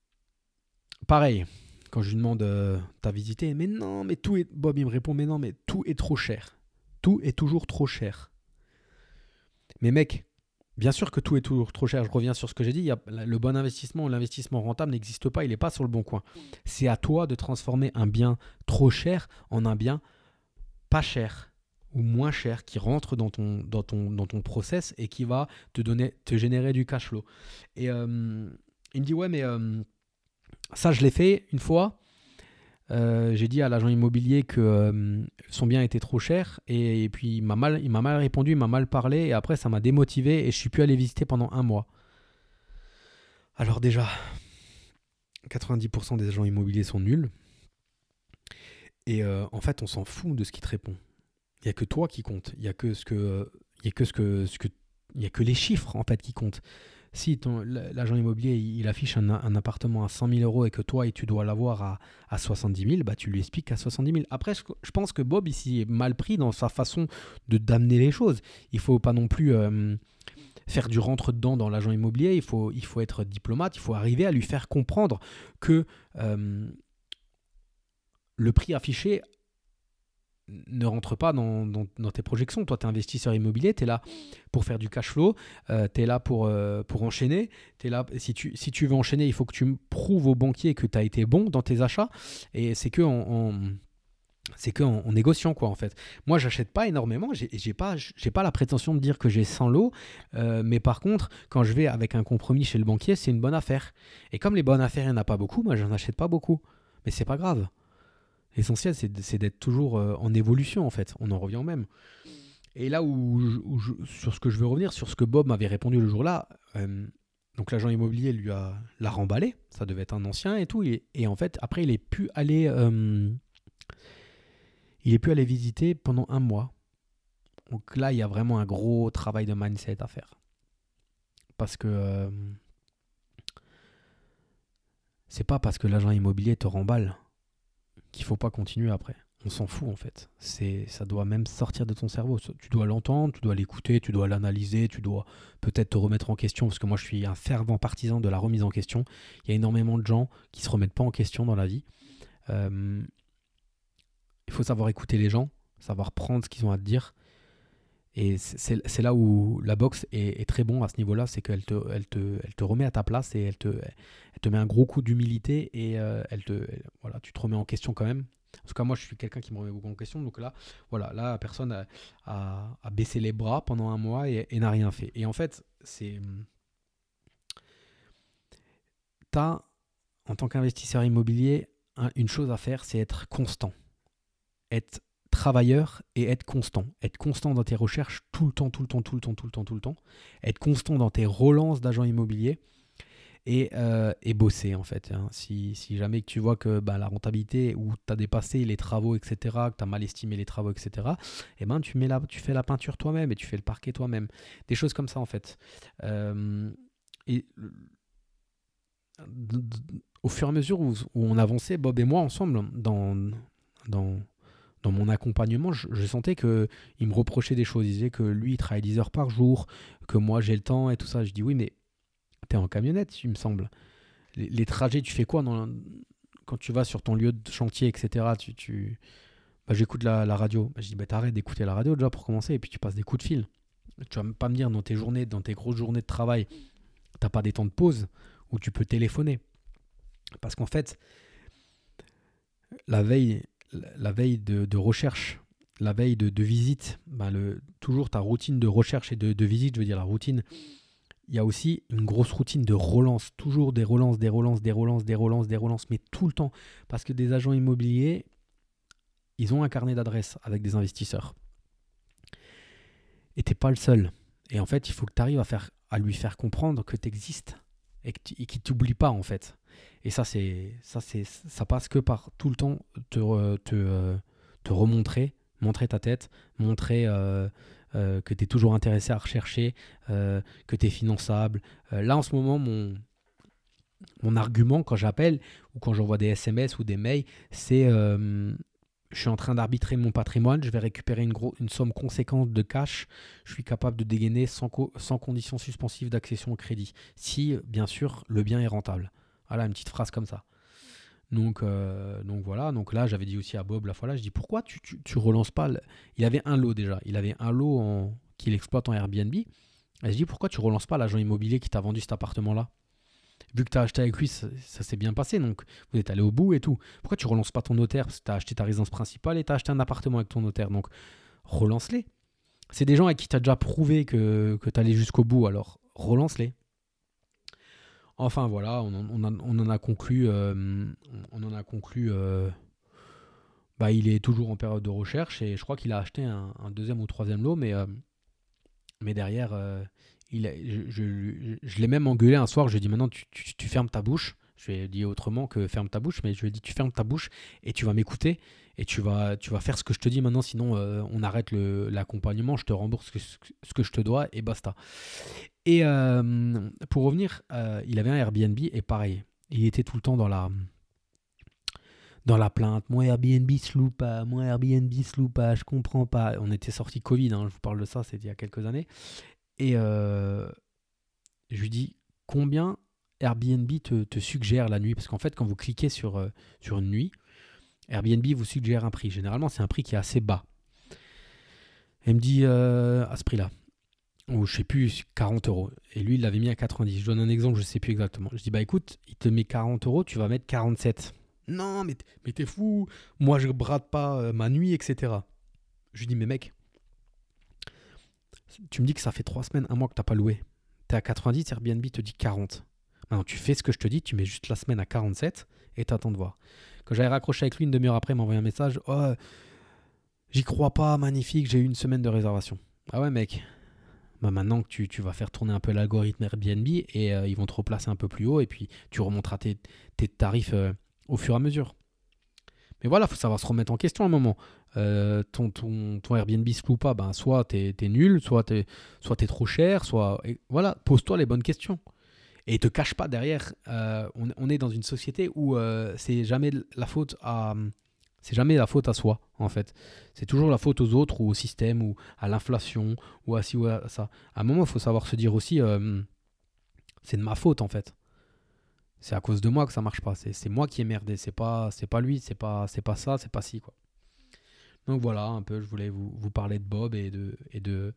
Speaker 1: pareil, quand je lui demande euh, t'as visité, mais non, mais tout est. Bob, il me répond, mais non, mais tout est trop cher. Tout est toujours trop cher. Mais mec, bien sûr que tout est toujours trop cher. Je reviens sur ce que j'ai dit. Il y a le bon investissement ou l'investissement rentable n'existe pas. Il n'est pas sur le bon coin. C'est à toi de transformer un bien trop cher en un bien pas cher ou moins cher qui rentre dans ton, dans ton, dans ton process et qui va te, donner, te générer du cash flow. Et euh, il me dit, ouais, mais euh, ça, je l'ai fait une fois. Euh, j'ai dit à l'agent immobilier que euh, son bien était trop cher et, et puis il m'a mal, il m'a mal répondu, il m'a mal parlé et après ça m'a démotivé et je suis plus allé visiter pendant un mois. Alors déjà, quatre-vingt-dix pour cent des agents immobiliers sont nuls et euh, en fait on s'en fout de ce qui te répond. Il n'y a que toi qui compte, il n'y a que ce que, il y a que ce que, ce que, il y a que les chiffres en fait qui comptent. Si ton, l'agent immobilier il affiche un, un appartement à cent mille euros et que toi et tu dois l'avoir à, à soixante-dix mille, bah tu lui expliques à soixante-dix mille. Après, je, je pense que Bob ici est mal pris dans sa façon de d'amener les choses. Il ne faut pas non plus euh, faire du rentre-dedans dans l'agent immobilier. Il faut, il faut être diplomate. Il faut arriver à lui faire comprendre que euh, le prix affiché ne rentre pas dans, dans, dans tes projections. Toi, tu es investisseur immobilier, tu es là pour faire du cash flow, euh, tu es là pour, euh, pour enchaîner. T'es là, si, tu, si tu veux enchaîner, il faut que tu prouves au banquier que tu as été bon dans tes achats. Et c'est que en, en, c'est que en, en négociant, quoi, en fait. Moi, j'achète pas énormément, j'ai, j'ai, pas, j'ai pas la prétention de dire que j'ai cent lots, euh, mais par contre, quand je vais avec un compromis chez le banquier, c'est une bonne affaire. Et comme les bonnes affaires, il n'y en a pas beaucoup, moi, j'en achète pas beaucoup. Mais c'est pas grave. L'essentiel, c'est, c'est d'être toujours euh, en évolution, en fait. On en revient au même. Et là où, je, où je, sur ce que je veux revenir, sur ce que Bob m'avait répondu le jour-là, euh, donc l'agent immobilier lui a l'a remballé, ça devait être un ancien et tout, et, et en fait, après, il est pu aller, euh, il est pu aller visiter pendant un mois. Donc là, il y a vraiment un gros travail de mindset à faire. Parce que euh, c'est pas parce que l'agent immobilier te remballe qu'il faut pas continuer après. On s'en fout en fait. C'est, ça doit même sortir de ton cerveau. Tu dois l'entendre, tu dois l'écouter, tu dois l'analyser, tu dois peut-être te remettre en question. Parce que moi, je suis un fervent partisan de la remise en question. Il y a énormément de gens qui se remettent pas en question dans la vie. Euh, il faut savoir écouter les gens, savoir prendre ce qu'ils ont à te dire. Et c'est, c'est là où la boxe est, est très bon à ce niveau-là, c'est qu'elle te, elle te, elle te remet à ta place et elle te, elle te met un gros coup d'humilité et euh, elle te, elle, voilà, tu te remets en question quand même. En tout cas, moi, je suis quelqu'un qui me remet beaucoup en question. Donc là, voilà, là, la personne a, a, a baissé les bras pendant un mois et, et n'a rien fait. Et en fait, c'est, t'as, en tant qu'investisseur immobilier, un, une chose à faire, c'est être constant, être travailleur et être constant. Être constant dans tes recherches tout le temps, tout le temps, tout le temps, tout le temps, tout le temps. Être constant dans tes relances d'agents immobiliers et, euh, et bosser en fait. Hein. Si, si jamais que tu vois que bah, la rentabilité ou tu as dépassé les travaux, et cetera, que tu as mal estimé les travaux, et cetera, et ben, tu, mets la, tu fais la peinture toi-même et tu fais le parquet toi-même. Des choses comme ça en fait. Euh, et d- d- au fur et à mesure où, où on avançait, Bob et moi ensemble, dans... dans dans mon accompagnement, je, je sentais qu'il me reprochait des choses. Il disait que lui, il travaille dix heures par jour, que moi, j'ai le temps et tout ça. Je dis oui, mais t'es en camionnette, il me semble. Les, les trajets, tu fais quoi dans, quand tu vas sur ton lieu de chantier, et cetera. Tu, tu... Bah, j'écoute la, la radio. Bah, je dis bah, t'arrêtes d'écouter la radio déjà pour commencer et puis tu passes des coups de fil. Tu vas pas me dire dans tes journées, dans tes grosses journées de travail, t'as pas des temps de pause où tu peux téléphoner. Parce qu'en fait, la veille... la veille de, de recherche, la veille de, de visite, ben le, toujours ta routine de recherche et de, de visite, je veux dire la routine, il y a aussi une grosse routine de relance, toujours des relances, des relances, des relances, des relances, des relances, mais tout le temps. Parce que des agents immobiliers, ils ont un carnet d'adresses avec des investisseurs. Et t'es pas le seul. Et en fait, il faut que tu arrives à, faire, à lui faire comprendre que tu existes et, que tu, et qu'il t'oublie pas, en fait. Et ça, c'est, ça, c'est, ça passe que par tout le temps te, re- te, euh, te remontrer, montrer ta tête, montrer euh, euh, que tu es toujours intéressé à rechercher, euh, que tu es finançable. Euh, là, en ce moment, mon, mon argument quand j'appelle ou quand j'envoie des S M S ou des mails, c'est euh, je suis en train d'arbitrer mon patrimoine, je vais récupérer une, gros, une somme conséquente de cash, je suis capable de dégainer sans, co- sans condition suspensive d'accession au crédit, si bien sûr le bien est rentable. Voilà, une petite phrase comme ça. Donc, euh, donc voilà, donc là j'avais dit aussi à Bob la fois là, je dis pourquoi tu, tu, tu relances pas le... Il avait un lot déjà, il avait un lot en... qu'il exploite en Airbnb. Et je dis pourquoi tu relances pas l'agent immobilier qui t'a vendu cet appartement là? Vu que tu as acheté avec lui, ça, ça s'est bien passé, donc vous êtes allé au bout et tout. Pourquoi tu relances pas ton notaire? Parce que tu as acheté ta résidence principale et tu as acheté un appartement avec ton notaire, donc relance-les. C'est des gens à qui tu as déjà prouvé que, que tu allais jusqu'au bout, alors relance-les. Enfin voilà, on en, on en- on en a conclu, euh, on en a conclu euh, bah, il est toujours en période de recherche et je crois qu'il a acheté un, un deuxième ou troisième lot, mais, euh, mais derrière, euh, il a- je, je- je l'ai même engueulé un soir. Je lui ai dit maintenant tu, tu- tu fermes ta bouche. Je lui ai dit autrement que ferme ta bouche, mais je lui ai dit tu fermes ta bouche et tu vas m'écouter et tu vas, tu vas faire ce que je te dis maintenant. Sinon, euh, on arrête le- l'accompagnement. Je te rembourse ce que, ce que je te dois et basta. Et euh, pour revenir, euh, il avait un Airbnb et pareil, il était tout le temps dans la, dans la plainte. Mon Airbnb se loue pas, mon Airbnb se loue pas, je comprends pas. On était sorti Covid, hein, je vous parle de ça, c'était il y a quelques années. Et euh, je lui dis combien Airbnb te, te suggère la nuit. Parce qu'en fait, quand vous cliquez sur, euh, sur une nuit, Airbnb vous suggère un prix. Généralement, c'est un prix qui est assez bas. Elle me dit euh, à ce prix-là, ou je sais plus, quarante euros. Et lui, il l'avait mis à quatre-vingt-dix. Je donne un exemple, je sais plus exactement. Je dis, bah écoute, il te met quarante euros, tu vas mettre quarante-sept. Non, mais, t- mais t'es fou. Moi, je brade pas euh, ma nuit, et cetera. Je lui dis, mais mec, tu me dis que ça fait trois semaines, un mois que t'as pas loué. T'es à quatre-vingt-dix, Airbnb te dit quarante. Maintenant, tu fais ce que je te dis, tu mets juste la semaine à quarante-sept et t'attends de voir. Quand j'avais raccroché avec lui une demi-heure après, il m'a envoyé un message. Oh, j'y crois pas, magnifique, j'ai eu une semaine de réservation. Ah ouais, mec. Bah maintenant que tu, tu vas faire tourner un peu l'algorithme Airbnb et euh, ils vont te replacer un peu plus haut et puis tu remonteras tes, tes tarifs euh, au fur et à mesure. Mais voilà, il faut savoir se remettre en question à un moment. Euh, ton, ton, ton Airbnb se loue pas, ben soit t'es es nul, soit t'es soit t'es trop cher, soit... et voilà, pose-toi les bonnes questions. Et te cache pas derrière, euh, on, on est dans une société où euh, c'est jamais la faute à... C'est jamais la faute à soi, en fait. C'est toujours la faute aux autres ou au système ou à l'inflation ou à ci ou à ça. À un moment, il faut savoir se dire aussi, euh, c'est de ma faute, en fait. C'est à cause de moi que ça marche pas. C'est c'est moi qui ai merdé. C'est pas, c'est pas lui, c'est pas, c'est pas ça, c'est pas ci, quoi. Donc voilà, un peu, je voulais vous, vous parler de Bob et, de, et, de,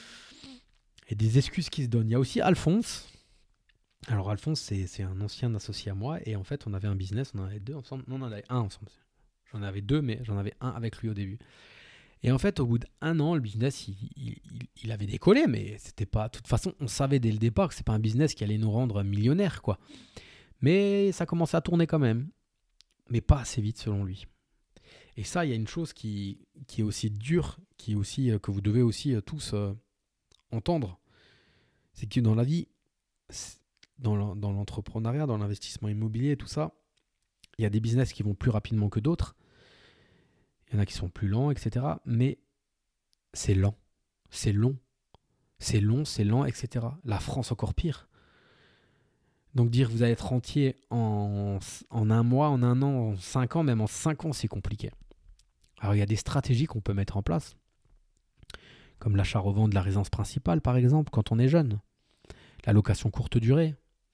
Speaker 1: et des excuses qui se donnent. Il y a aussi Alphonse. Alors Alphonse, c'est c'est un ancien associé à moi et en fait, on avait un business, on en avait deux ensemble. Non, on en avait un ensemble. J'en avais deux, mais j'en avais un avec lui au début. Et en fait, au bout d'un an, le business, il, il- il- il avait décollé, mais c'était pas. De toute façon, on savait dès le départ que c'est pas un business qui allait nous rendre millionnaires, quoi. Mais ça commençait à tourner quand même, mais pas assez vite selon lui. Et ça, il y a une chose qui, qui est aussi dure, qui est aussi euh, que vous devez aussi euh, tous euh, entendre, c'est que dans la vie, c'est- dans l'en- dans l'entrepreneuriat, dans l'investissement immobilier, tout ça, il y a des business qui vont plus rapidement que d'autres. Il y en a qui sont plus lents, et cetera. Mais c'est lent, c'est long. C'est long, c'est lent, et cetera. La France encore pire. Donc dire que vous allez être rentier en, en un mois, en un an, en cinq ans, même en cinq ans, c'est compliqué. Alors il y a des stratégies qu'on peut mettre en place, comme l'achat-revente de la résidence principale, par exemple, quand on est jeune. La location courte durée.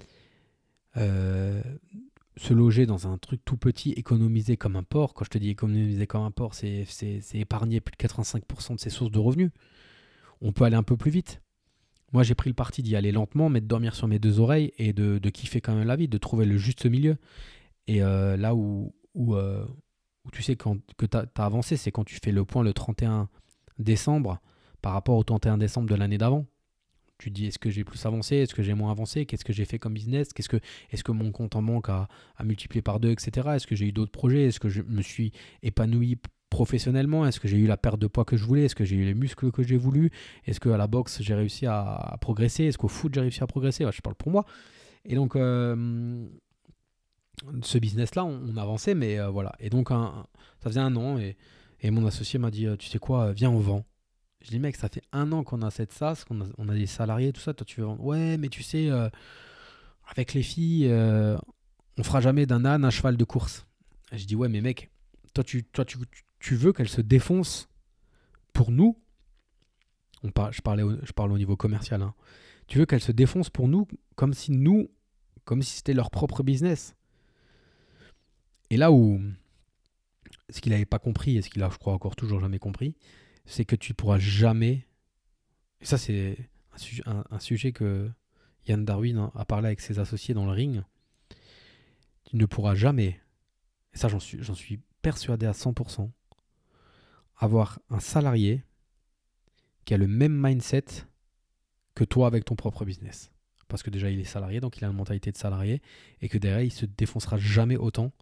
Speaker 1: Euh, se loger dans un truc tout petit, économiser comme un porc. Quand je te dis économiser comme un porc, c'est, c'est, c'est épargner plus de quatre-vingt-cinq pour cent de ses sources de revenus. On peut aller un peu plus vite. Moi, j'ai pris le parti d'y aller lentement, mais de dormir sur mes deux oreilles et de, de kiffer quand même la vie, de trouver le juste milieu. Et euh, là où, où, euh, où tu sais quand, que tu as avancé, c'est quand tu fais le point le trente et un décembre par rapport au trente et un décembre de l'année d'avant. Tu te dis, est-ce que j'ai plus avancé? Est-ce que j'ai moins avancé? Qu'est-ce que j'ai fait comme business? Qu'est-ce que, Est-ce que mon compte en banque a, a multiplié par deux, et cetera. Est-ce que j'ai eu d'autres projets? Est-ce que je me suis épanoui professionnellement, est-ce que j'ai eu la perte de poids que je voulais, est-ce que j'ai eu les muscles que j'ai voulu, est-ce qu'à la boxe j'ai réussi à, à progresser, est-ce qu'au foot j'ai réussi à progresser, ouais, je parle pour moi. Et donc euh, ce business-là, on, on avançait, mais euh, voilà. Et donc un, ça faisait un an et, et mon associé m'a dit, tu sais quoi, viens on vend. Je dis mec, ça fait un an qu'on a cette S A S, qu'on a, on a des salariés, tout ça, toi tu veux vendre. Ouais, mais tu sais, euh, avec les filles, euh, on fera jamais d'un âne un cheval de course. Et je dis ouais, mais mec, toi tu, toi, tu, tu veux qu'elle se défonce pour nous. On par, je, parlais au, je parle au niveau commercial. Hein. Tu veux qu'elle se défonce pour nous comme si nous, comme si c'était leur propre business. Et là où, ce qu'il n'avait pas compris, et ce qu'il a, je crois, encore toujours jamais compris, c'est que tu pourras jamais. Et ça, c'est un, sujet, un, un sujet que Yann Darwin a parlé avec ses associés dans le ring. Tu ne pourras jamais, et ça j'en suis, j'en suis persuadé à cent pour cent, avoir un salarié qui a le même mindset que toi avec ton propre business. Parce que déjà il est salarié, donc il a une mentalité de salarié, et que derrière il se défoncera jamais autant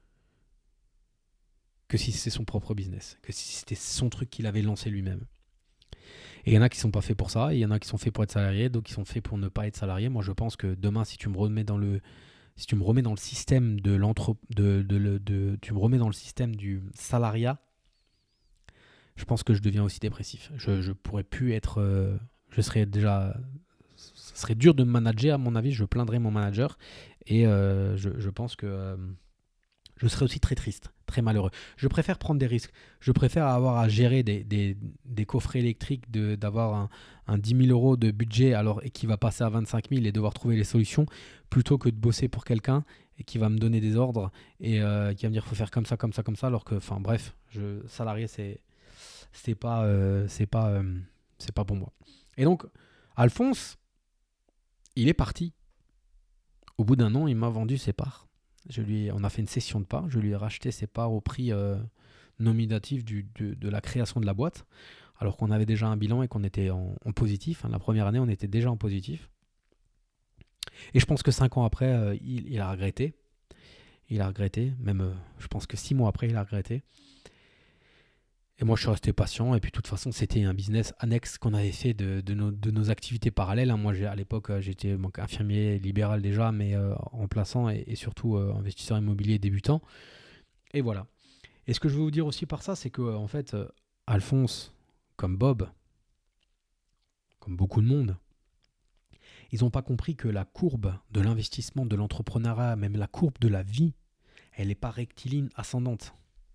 Speaker 1: que si c'était son propre business, que si c'était son truc qu'il avait lancé lui-même. Et il y en a qui ne sont pas faits pour ça, et il y en a qui sont faits pour être salariés, d'autres qui sont faits pour ne pas être salariés. Moi je pense que demain, si tu me remets dans le si tu me remets dans le système de l'entre de, de, de, de tu me remets dans le système du salariat, je pense que je deviens aussi dépressif. Je je pourrais plus être euh, je serais déjà ce serait dur de me manager, à mon avis, je plaindrais mon manager, et euh, je, je pense que euh, je serais aussi très triste, très malheureux. Je préfère prendre des risques. Je préfère avoir à gérer des, des, des coffrets électriques, de, d'avoir un, un dix mille euros de budget alors, et qui va passer à vingt-cinq mille et devoir trouver les solutions, plutôt que de bosser pour quelqu'un et qui va me donner des ordres et euh, qui va me dire faut faire comme ça, comme ça, comme ça, alors que, enfin bref, je, salarié, c'est, c'est, pas, euh, c'est, pas, euh, c'est pas pour moi. Et donc, Alphonse, il est parti. Au bout d'un an, il m'a vendu ses parts. Je lui, on a fait une session de parts. Je lui ai racheté ses parts au prix euh, nominatif du, de, de la création de la boîte, alors qu'on avait déjà un bilan et qu'on était en, en positif. Hein. La première année, on était déjà en positif. Et je pense que cinq ans après, euh, il, il a regretté. Il a regretté. Même, euh, je pense que six mois après, il a regretté. Et moi, je suis resté patient. Et puis, de toute façon, c'était un business annexe qu'on avait fait de, de, nos, de nos activités parallèles. Hein. Moi, j'ai, à l'époque, j'étais donc, infirmier libéral déjà, mais euh, remplaçant et, et surtout euh, investisseur immobilier débutant. Et voilà. Et ce que je veux vous dire aussi par ça, c'est que, en fait, euh, Alphonse, comme Bob, comme beaucoup de monde, ils n'ont pas compris que la courbe de l'investissement, de l'entrepreneuriat, même la courbe de la vie, elle n'est pas rectiligne ascendante.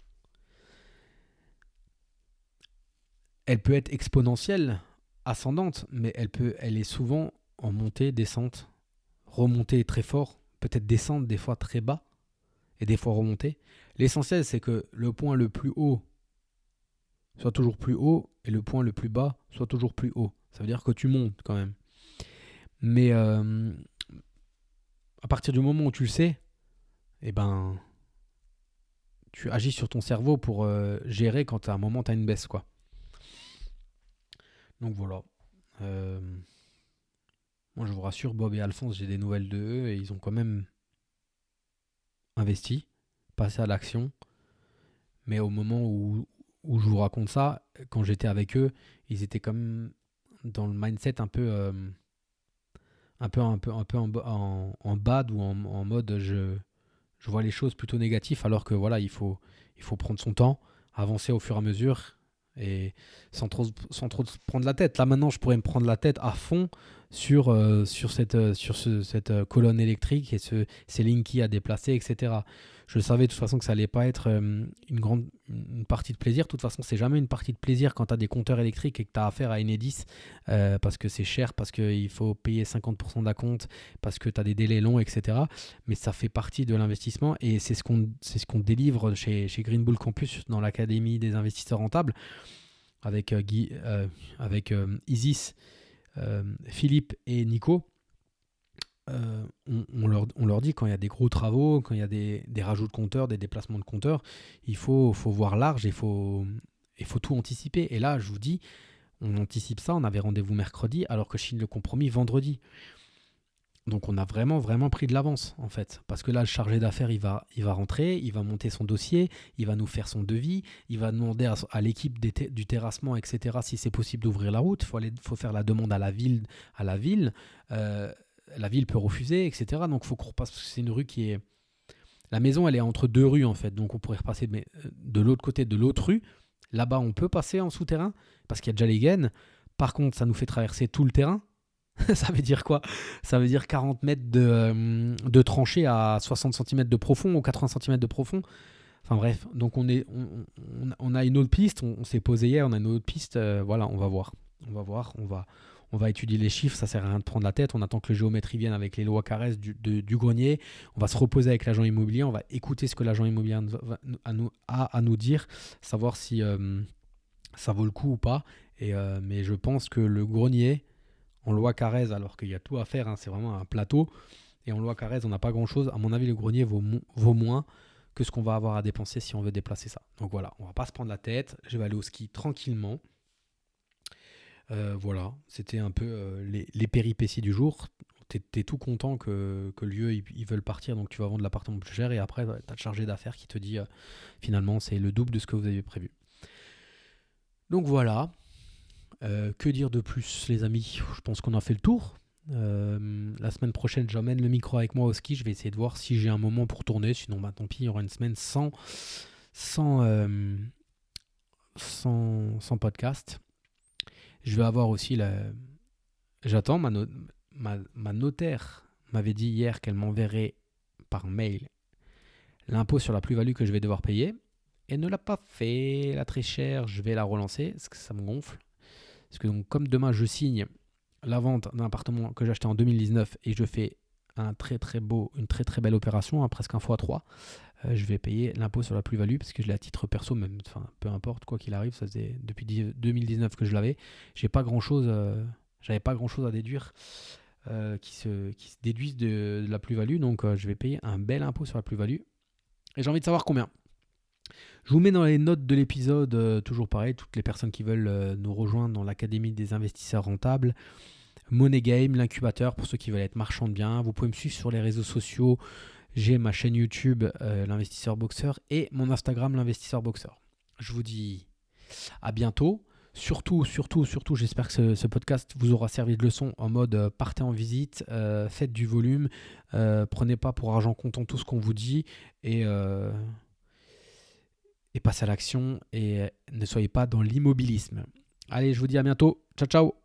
Speaker 1: Elle peut être exponentielle, ascendante, mais elle, peut, elle est souvent en montée, descente, remontée très fort, peut-être descendre des fois très bas, et des fois remonter. L'essentiel, c'est que le point le plus haut soit toujours plus haut, et le point le plus bas soit toujours plus haut. Ça veut dire que tu montes quand même. Mais euh, à partir du moment où tu le sais, eh ben, tu agis sur ton cerveau pour euh, gérer quand à un moment tu as une baisse, quoi. Donc voilà. Euh, moi, je vous rassure, Bob et Alphonse, j'ai des nouvelles de eux et ils ont quand même investi, passé à l'action. Mais au moment où, où je vous raconte ça, quand j'étais avec eux, ils étaient quand même dans le mindset un peu, euh, un peu, un peu, un peu en, en, en bad ou en, en mode je, je vois les choses plutôt négatives, alors que voilà, il faut, il faut prendre son temps, avancer au fur et à mesure et sans trop, sans trop se prendre la tête. Là maintenant, je pourrais me prendre la tête à fond sur, euh, sur, cette, euh, sur ce, cette euh, colonne électrique et ce, ces lignes qui a déplacées, et cetera. Je savais de toute façon que ça allait pas être euh, une grande une partie de plaisir. De toute façon, c'est jamais une partie de plaisir quand tu as des compteurs électriques et que tu as affaire à Enedis euh, parce que c'est cher, parce qu'il faut payer cinquante pour cent d'acompte, parce que tu as des délais longs, et cetera. Mais ça fait partie de l'investissement et c'est ce qu'on, c'est ce qu'on délivre chez, chez Green Bull Campus dans l'Académie des investisseurs rentables avec, euh, Guy, euh, avec euh, Isis, euh, Philippe et Nico. Euh, on, on, leur, on leur dit quand il y a des gros travaux, quand il y a des, des rajouts de compteurs, des déplacements de compteurs, il faut, faut voir large et il faut, il faut tout anticiper. Et là, je vous dis, on anticipe ça, on avait rendez-vous mercredi alors que je signe le compromis vendredi. Donc on a vraiment, vraiment pris de l'avance, en fait. Parce que là, le chargé d'affaires, il va, il va rentrer, il va monter son dossier, il va nous faire son devis, il va demander à, à l'équipe des te- du terrassement, et cetera, si c'est possible d'ouvrir la route. Il faut, aller- faut faire la demande à la ville. À la ville. Euh, la ville peut refuser, et cetera. Donc il faut qu'on repasse, parce que c'est une rue qui est... La maison, elle est entre deux rues, en fait. Donc on pourrait repasser mais, euh, de l'autre côté de l'autre rue. Là-bas, on peut passer en souterrain, parce qu'il y a déjà les gaines. Par contre, ça nous fait traverser tout le terrain. Ça veut dire quoi? Ça veut dire quarante mètres de, euh, de tranchée à soixante centimètres de profond ou quatre-vingts centimètres de profond. Enfin bref, donc on, est, on, on- on a une autre piste, on, on s'est posé hier, on a une autre piste, euh, voilà, on va voir. On va voir, on va, on va étudier les chiffres, ça sert à rien de prendre la tête, on attend que le géométrie vienne avec les lois Carrez du, de- du grenier, on va se reposer avec l'agent immobilier, on va écouter ce que l'agent immobilier va- à nous, a à nous dire, savoir si euh, ça vaut le coup ou pas. Et, euh, mais je pense que le grenier, en loi Carrez, alors qu'il y a tout à faire, hein, c'est vraiment un plateau. Et en loi Carrez, on n'a pas grand-chose. À mon avis, le grenier vaut, mo- vaut moins que ce qu'on va avoir à dépenser si on veut déplacer ça. Donc voilà, on va pas se prendre la tête. Je vais aller au ski tranquillement. Euh, voilà, c'était un peu euh, les, les péripéties du jour. T'es, t'es tout content que, que le lieu, ils, ils veulent partir, donc tu vas vendre l'appartement plus cher. Et après, ouais, t'as le chargé d'affaires qui te dit, euh, finalement, c'est le double de ce que vous aviez prévu. Donc voilà. Euh, que dire de plus, les amis? Je pense qu'on a fait le tour. Euh, la semaine prochaine, j'emmène le micro avec moi au ski. Je vais essayer de voir si j'ai un moment pour tourner. Sinon, bah, tant pis, il y aura une semaine sans, sans, euh, sans, sans podcast. Je vais avoir aussi la... J'attends, ma, no- ma, ma notaire m'avait dit hier qu'elle m'enverrait par mail l'impôt sur la plus-value que je vais devoir payer. Elle ne l'a pas fait, la très chère. Je vais la relancer parce que ça me gonfle. Parce que donc, comme demain, je signe la vente d'un appartement que j'ai acheté en deux mille dix-neuf et je fais un très très beau, une très très belle opération, hein, presque un fois trois, euh, je vais payer l'impôt sur la plus-value parce que je l'ai à titre perso, même, enfin, peu importe quoi qu'il arrive, ça faisait depuis deux mille dix-neuf que je l'avais. J'ai pas grand chose, euh, j'avais pas grand chose à déduire euh, qui, se, qui se déduisent de, de la plus-value, donc euh, je vais payer un bel impôt sur la plus-value. Et j'ai envie de savoir combien. Je vous mets dans les notes de l'épisode, euh, toujours pareil, toutes les personnes qui veulent euh, nous rejoindre dans l'Académie des investisseurs rentables. Money Game, l'incubateur pour ceux qui veulent être marchands de biens. Vous pouvez me suivre sur les réseaux sociaux. J'ai ma chaîne YouTube, euh, l'investisseur boxeur, et mon Instagram, l'investisseur boxeur. Je vous dis à bientôt. Surtout, surtout, surtout, j'espère que ce, ce podcast vous aura servi de leçon en mode euh, partez en visite, euh, faites du volume, euh, prenez pas pour argent comptant tout ce qu'on vous dit et, euh, et passez à l'action et ne soyez pas dans l'immobilisme. Allez, je vous dis à bientôt. Ciao, ciao.